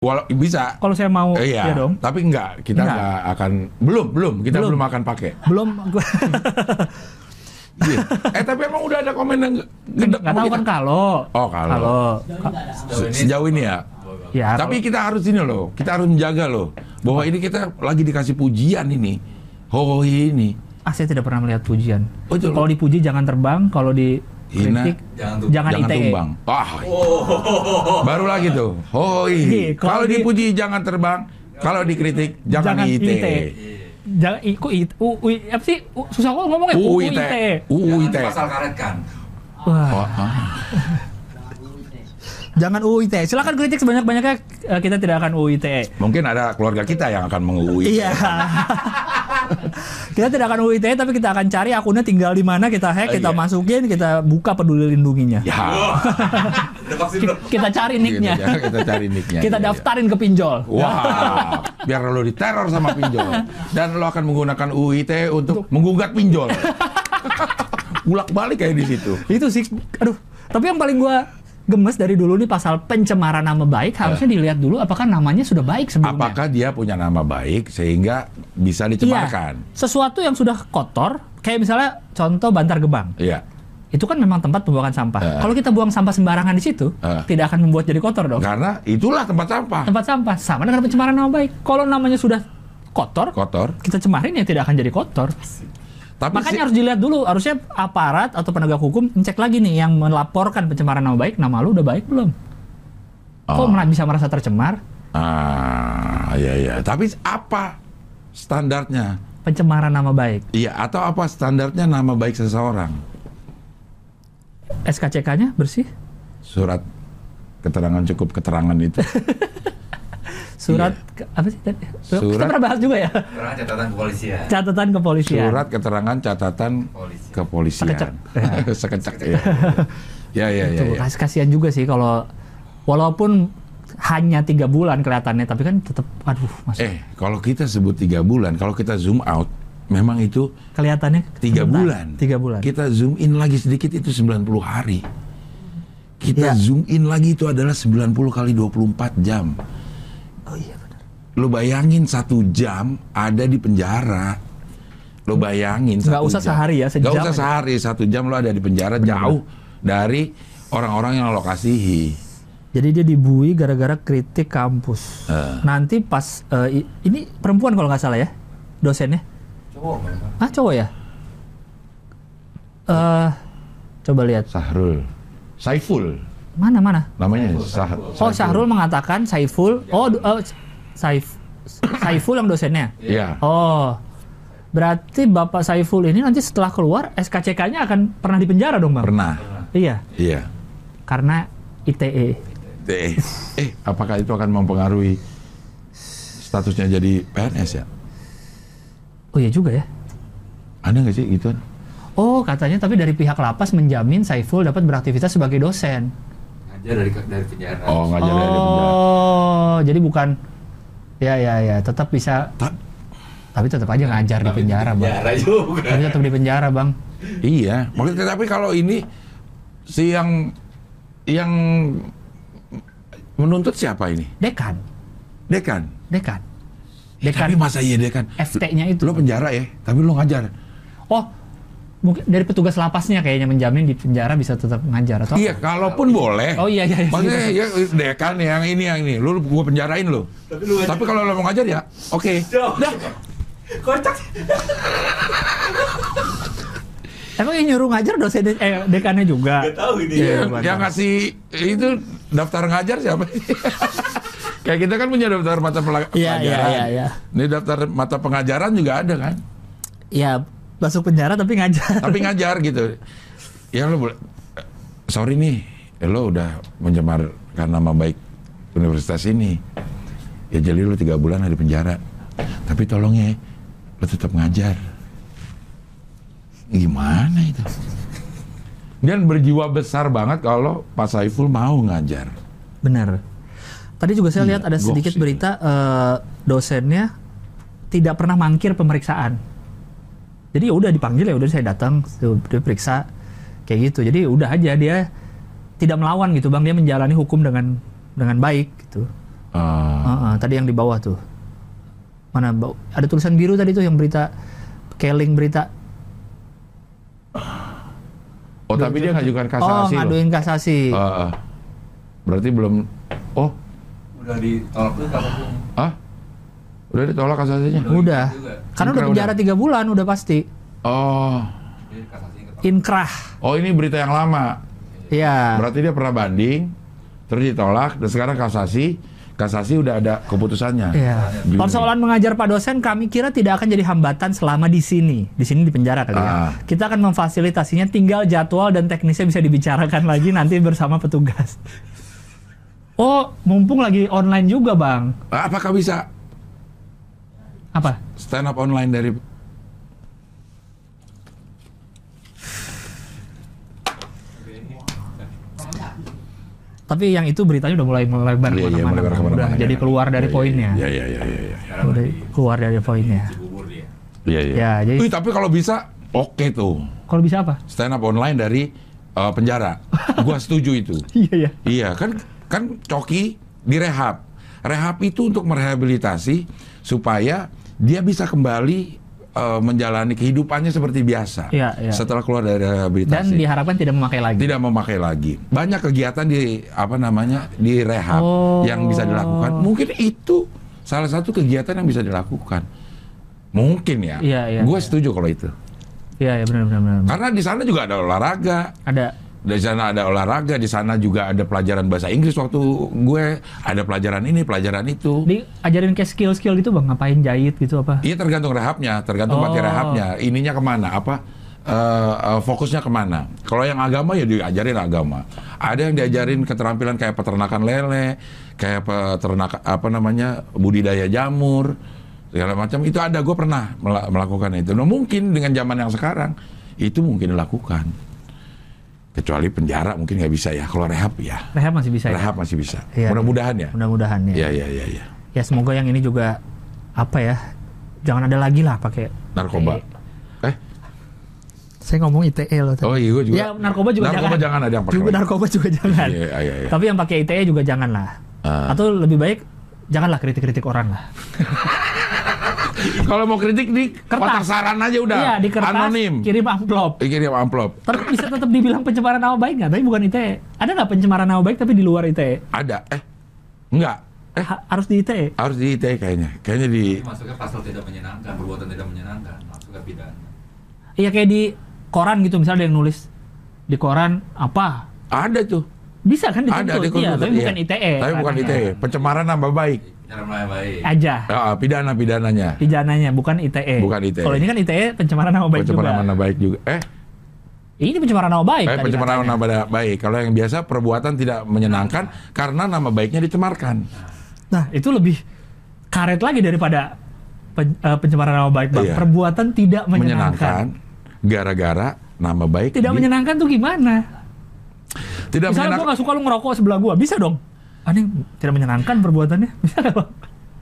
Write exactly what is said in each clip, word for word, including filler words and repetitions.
Walau bisa. Kalau saya mau, eh, iya, ya dong. Tapi enggak, kita Enggak. enggak akan belum, belum, kita belum, Belum. akan pakai. Belum. Iya. Eh tapi emang udah ada komen yang Nggak tahu kan kalau. Oh, kalau. Kalau. Se- sejauh ini ya. Ya. Tapi kita harus ini loh, kita harus menjaga loh bahwa ini kita lagi dikasih pujian ini. Hohoi ini. Ah, saya tidak pernah melihat pujian. Oh, itu- kalau dipuji jangan terbang, kalau Hina, dikritik jangan tumbang. jangan, Jangan I T E. tumbang. Ah, baru lagi tuh. Hoi. Iya, kalau Kalau di- dipuji jangan terbang, kalau dikritik jangan, Jangan I T E. I T E. Jangan ikut I T E. U, U, apa sih? U, susah kok ngomongnya. U U I I T T E. E. U I T E. Pasal karet kan. Wah. Oh, ah. Jangan U I T E. Silakan kritik sebanyak-banyaknya, eh, kita tidak akan U I T E. Mungkin ada keluarga kita yang akan mengui. Iya. Kita tidak akan U I T E, tapi kita akan cari akunnya tinggal di mana, kita hack, Oh, kita iya. masukin, kita buka peduli lindunginya. Ya. Udah vaksin belum? Kita cari nicknya. Gitu, ya, kita cari nicknya. Kita Iya, iya. daftarin ke pinjol. Wah, biar lo diteror sama pinjol. Dan lo akan menggunakan U I T E untuk menggugat pinjol. Ulak-balik kayak di situ. Itu sih, aduh. Tapi yang paling gua gemes dari dulu nih pasal pencemaran nama baik, harusnya dilihat dulu apakah namanya sudah baik sebelumnya. Apakah dia punya nama baik sehingga bisa dicemarkan? Iya, sesuatu yang sudah kotor, kayak misalnya contoh Bantar Gebang. Iya. Itu kan memang tempat pembuangan sampah. Eh. Kalau kita buang sampah sembarangan di situ, Eh. tidak akan membuat jadi kotor dong. Karena itulah tempat sampah. Tempat sampah sama dengan pencemaran nama baik. Kalau namanya sudah kotor, Kotor. kita cemarin ya tidak akan jadi kotor. Tapi Makanya si- harus dilihat dulu, harusnya aparat atau penegak hukum ngecek lagi nih yang melaporkan pencemaran nama baik, nama lu udah baik belum? Kok Oh. mera- bisa merasa tercemar? Ah, iya iya. Tapi apa standarnya? Pencemaran nama baik. Iya, atau apa standarnya nama baik seseorang? S K C K-nya bersih? Surat keterangan cukup keterangan itu. Surat ke- apa sih tadi? Kita Surat- pernah bahas juga ya. Karena catatan kepolisian. Catatan kepolisian. Surat keterangan catatan Polisi. kepolisian. Sekecek. Sekecek. Ya. Ya ya ya. Tuh, ya. kas- kasihan juga sih kalau walaupun hanya tiga bulan kelihatannya, tapi kan tetap, aduh, mas, Eh, kalau kita sebut tiga bulan, kalau kita zoom out, memang itu kelihatannya tiga sebentar. bulan. Tiga bulan. Kita zoom in lagi sedikit itu sembilan puluh hari. Kita Ya. zoom in lagi itu adalah sembilan puluh kali dua puluh empat jam. Oh iya benar. Lo bayangin satu jam ada di penjara. Lo bayangin Nggak satu usah jam. sehari ya, sejam Nggak usah aja. sehari, satu jam lo ada di penjara jauh dari orang-orang yang lo kasihi. Jadi dia dibui gara-gara kritik kampus. Eh. Nanti pas eh, i- ini perempuan kalau nggak salah ya, dosennya. Cowok memang. Ah cowok ya? Eh, coba lihat Sahrul, Saiful, mana mana. namanya Sah- Oh Syahrul mengatakan Saiful. Oh du- eh, Saif Saiful yang dosennya. Iya. Oh, berarti Bapak Saiful ini nanti setelah keluar S K C K-nya akan pernah dipenjara dong bang? Pernah. Iya, Iya. karena I T E. Eh, eh, apakah itu akan mempengaruhi statusnya jadi P N S ya? Oh iya juga ya. Ada nggak sih gitu? Oh katanya tapi dari pihak lapas menjamin Saiful dapat beraktivitas sebagai dosen. Ngajar dari dari penjara. Oh, ngajar dari penjara. Oh, jadi bukan. Ya ya ya, tetap bisa. Ta- Tapi tetap aja ngajar di Tapi penjara bang. penjara juga. Tapi tetap di penjara bang. Iya, maksudnya tapi kalau ini si yang yang menuntut siapa ini? Dekan, Dekan. dekan, Eh, dekan. tapi masa iya dekan? F T-nya itu. Lo penjara ya, tapi lo ngajar. Oh, mungkin dari petugas lapasnya kayaknya menjamin di penjara bisa tetap ngajar atau? Iya, kalaupun boleh. Oh iya iya. iya. Maksudnya ya dekan yang ini yang ini, lu gua penjarain lo. Tapi lu ngajar. Tapi kalau lo mau ngajar ya, oke. Dah. Kocak. Emang yang nyuruh ngajar dosen eh dekannya juga. Gak tahu ini. Iya, Yang, bukan. yang ngasih itu daftar ngajar siapa? Kayak kita kan punya daftar mata pela- Iya, pelajaran. iya, iya, iya. Ini daftar mata pengajaran juga ada kan? Iya, masuk penjara tapi ngajar. Tapi ngajar gitu. Ya lo boleh. Sorry nih, lo udah mencemarkan nama baik universitas ini. Ya jadi lo tiga bulan ada di penjara. Tapi tolong ya, lo tetap ngajar. Gimana itu? Dan berjiwa besar banget kalau Pak Saiful mau ngajar. Benar. Tadi juga saya Iya, lihat ada sedikit gokil. berita eh, dosennya tidak pernah mangkir pemeriksaan. Jadi ya udah dipanggil ya udah saya datang, dia periksa kayak gitu. Jadi udah aja dia tidak melawan gitu bang, dia menjalani hukum dengan dengan baik gitu. Ah. Uh, uh, tadi yang di bawah tuh. Mana bau- ada tulisan biru tadi tuh yang berita Keling berita. Oh, tapi dia ngajukan Oh, kasasi loh. ngaduin kasasi. Ah, ah. Berarti belum. Oh, Udah ditolak tuh kasasinya. ah, udah ditolak kasasinya. Udah. juga. Karena udah Inkrah penjara udah. tiga bulan udah pasti. Oh, Jadi kasasinya ketolak. Inkrah. oh ini berita yang lama. Iya. Berarti dia pernah banding, terus ditolak, dan sekarang kasasi. Kasasi udah ada keputusannya. Iya. Gini. Persoalan mengajar Pak dosen kami kira tidak akan jadi hambatan selama di sini. Di sini di penjara kali ya. Ah. Kita akan memfasilitasinya, tinggal jadwal dan teknisnya bisa dibicarakan lagi nanti bersama petugas. Oh, mumpung lagi online juga, Bang. Apakah bisa Apa? stand up online dari Tapi yang itu beritanya udah mulai melebar Iya, iya, kemana-mana. melebar Bang. kemana-mana, Udah ya. jadi keluar dari Iya, poinnya. Iya, iya, iya, iya, iya. Sekarang Udah di keluar dari poinnya. Cibubur dia. Iya, iya. Ya, jadi Wih, tapi kalau bisa, oke tuh. kalau bisa apa? Stand up online dari uh, penjara. Gua setuju itu. Iya, ya. Iya, kan kan Coki direhab. Rehab itu untuk merehabilitasi supaya dia bisa kembali uh, menjalani kehidupannya seperti biasa. Iya, iya. Setelah keluar dari Dan rehabilitasi. diharapkan tidak memakai lagi. Tidak memakai lagi. Banyak kegiatan di apa namanya di rehab Oh. yang bisa dilakukan. Mungkin itu salah satu kegiatan yang bisa dilakukan. Mungkin ya. Iya, iya, Gue iya. setuju kalau itu. Iya, ya benar benar benar. Karena di sana juga ada olahraga. Ada Di sana ada olahraga. Di sana juga ada pelajaran bahasa Inggris waktu gue. Ada pelajaran ini, pelajaran itu. diajarin kayak skill-skill gitu, Bang, ngapain jahit gitu apa? Iya, tergantung rehabnya, tergantung Oh. materi rehabnya. Ininya kemana? Apa eh, eh, fokusnya kemana? Kalau yang agama ya diajarin agama. Ada yang diajarin keterampilan kayak peternakan lele, kayak peternak apa namanya budidaya jamur, segala macam. Itu ada, gue pernah mela- melakukan itu. Nah, mungkin dengan zaman yang sekarang itu mungkin dilakukan. Kecuali penjara mungkin nggak bisa ya. Kalau rehab ya, Rehab masih bisa ya? rehab masih bisa. Iya. Mudah-mudahan ya. Mudah-mudahan ya. Iya, iya, iya, iya. Ya semoga yang ini juga apa ya? Jangan ada lagi lah pakai Narkoba. I T E. Eh, Saya ngomong I T E loh tadi. oh iya, gue juga. Ya narkoba juga narkoba jangan. jangan ada yang pakai. Juga narkoba juga jangan. Iya, iya, iya. Tapi yang pakai I T E juga jangan lah. Ah. Atau lebih baik janganlah kritik-kritik orang lah. Kalau mau kritik di kotak Kertas. saran aja udah. Iya, di kertas, Anonim. kirim amplop. Eh, Kirim amplop. Tapi bisa tetap dibilang pencemaran nama baik nggak? Tapi bukan I T E. Ada nggak pencemaran nama baik tapi di luar I T E? Ada. Eh, enggak. Eh, Ha- harus di I T E. harus di I T E kayaknya. Kayaknya di. Ini masuknya pasal tidak menyenangkan, perbuatan tidak menyenangkan, masuknya pidana. Iya kayak di koran gitu, misalnya ada yang nulis di koran apa? Ada tuh. Bisa kan Ada. dituntut? di Iya, konsultan, tapi iya. bukan I T E. Tapi bukan I T E. ranahnya. Pencemaran nama baik. Cara mulai baik. Aja. Ah, pidana pidananya. Pidananya bukan I T E. Bukan I T E. Kalau ini kan I T E pencemaran nama baik Pencemaran juga. nama baik juga. Eh, Ini pencemaran nama baik. eh tadi pencemaran katanya. nama baik. Kalau yang biasa perbuatan tidak menyenangkan karena nama baiknya dicemarkan. Nah, itu lebih karet lagi daripada pen- eh, pencemaran nama baik, Bang. Iya. Perbuatan tidak menyenangkan. Menyenangkan gara-gara nama baik Tidak di- menyenangkan tuh gimana? Tidak Misalnya menyenangkan. gue gak suka lu ngerokok sebelah gue, bisa dong? Ah, ini tidak menyenangkan perbuatannya, bisa nggak, Bang?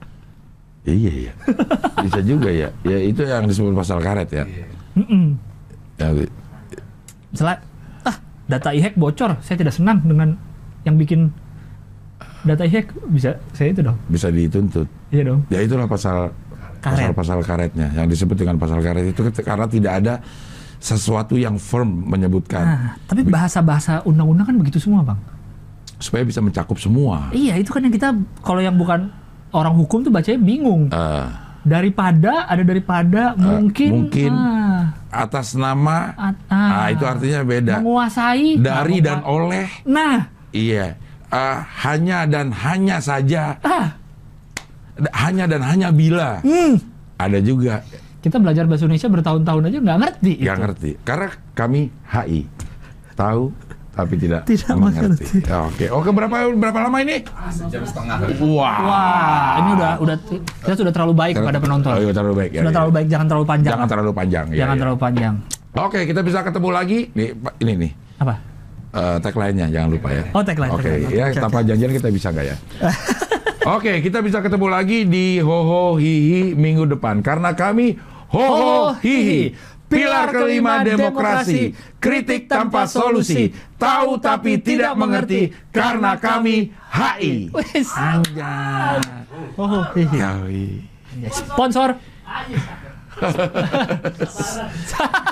Iya, iya. Bisa juga ya. Ya itu yang disebut pasal karet ya. Iya. Mm-mm. Ya, Misalnya, ah data i-hack bocor, saya tidak senang dengan yang bikin data i-hack, bisa saya itu dong, bisa dituntut. iya dong. Ya itulah pasal Karet. pasal-pasal karetnya yang disebut dengan pasal karet itu ket- karena tidak ada sesuatu yang firm menyebutkan Nah, tapi bahasa-bahasa undang-undang kan begitu semua, Bang. supaya bisa mencakup semua. Iya, itu kan yang kita kalau yang bukan orang hukum tuh bacanya bingung. Eh, Daripada ada daripada mungkin mungkin. ah, atas nama, at- ah, ah, itu artinya beda. menguasai Dari nah, dan mengua- oleh, Nah, iya. Eh, hanya dan hanya saja, ah, D- hanya dan hanya bila. hmm. Ada juga Kita belajar bahasa Indonesia bertahun-tahun aja nggak ngerti yang itu. ngerti. Karena kami H I tahu tapi tidak, Tidak mengerti. mengerti. Ya, Oke, oke berapa berapa lama ini? Ah, sejam setengah. Wah. Wah, ini udah udah kita sudah terlalu baik kepada penonton. Oh, iya, terlalu baik. ya, Sudah ya. terlalu baik, jangan terlalu panjang. Jangan terlalu panjang. ya, Jangan ya. terlalu panjang. Oke, kita bisa ketemu lagi. Nih, Pak, ini nih. Apa? eh, tagline-nya jangan lupa ya. Oh, tagline, Oke, tagline. Oke, ya oke, tanpa oke. janjian kita bisa nggak ya? Oke, kita bisa ketemu lagi di Hoho Hihi minggu depan karena kami Hoho Oh, Hihi Pilar kelima demokrasi, kritik tanpa solusi, tahu tapi tidak mengerti karena kami H I. Wes. Anjay. Oh, iya. Yoi. Sponsor.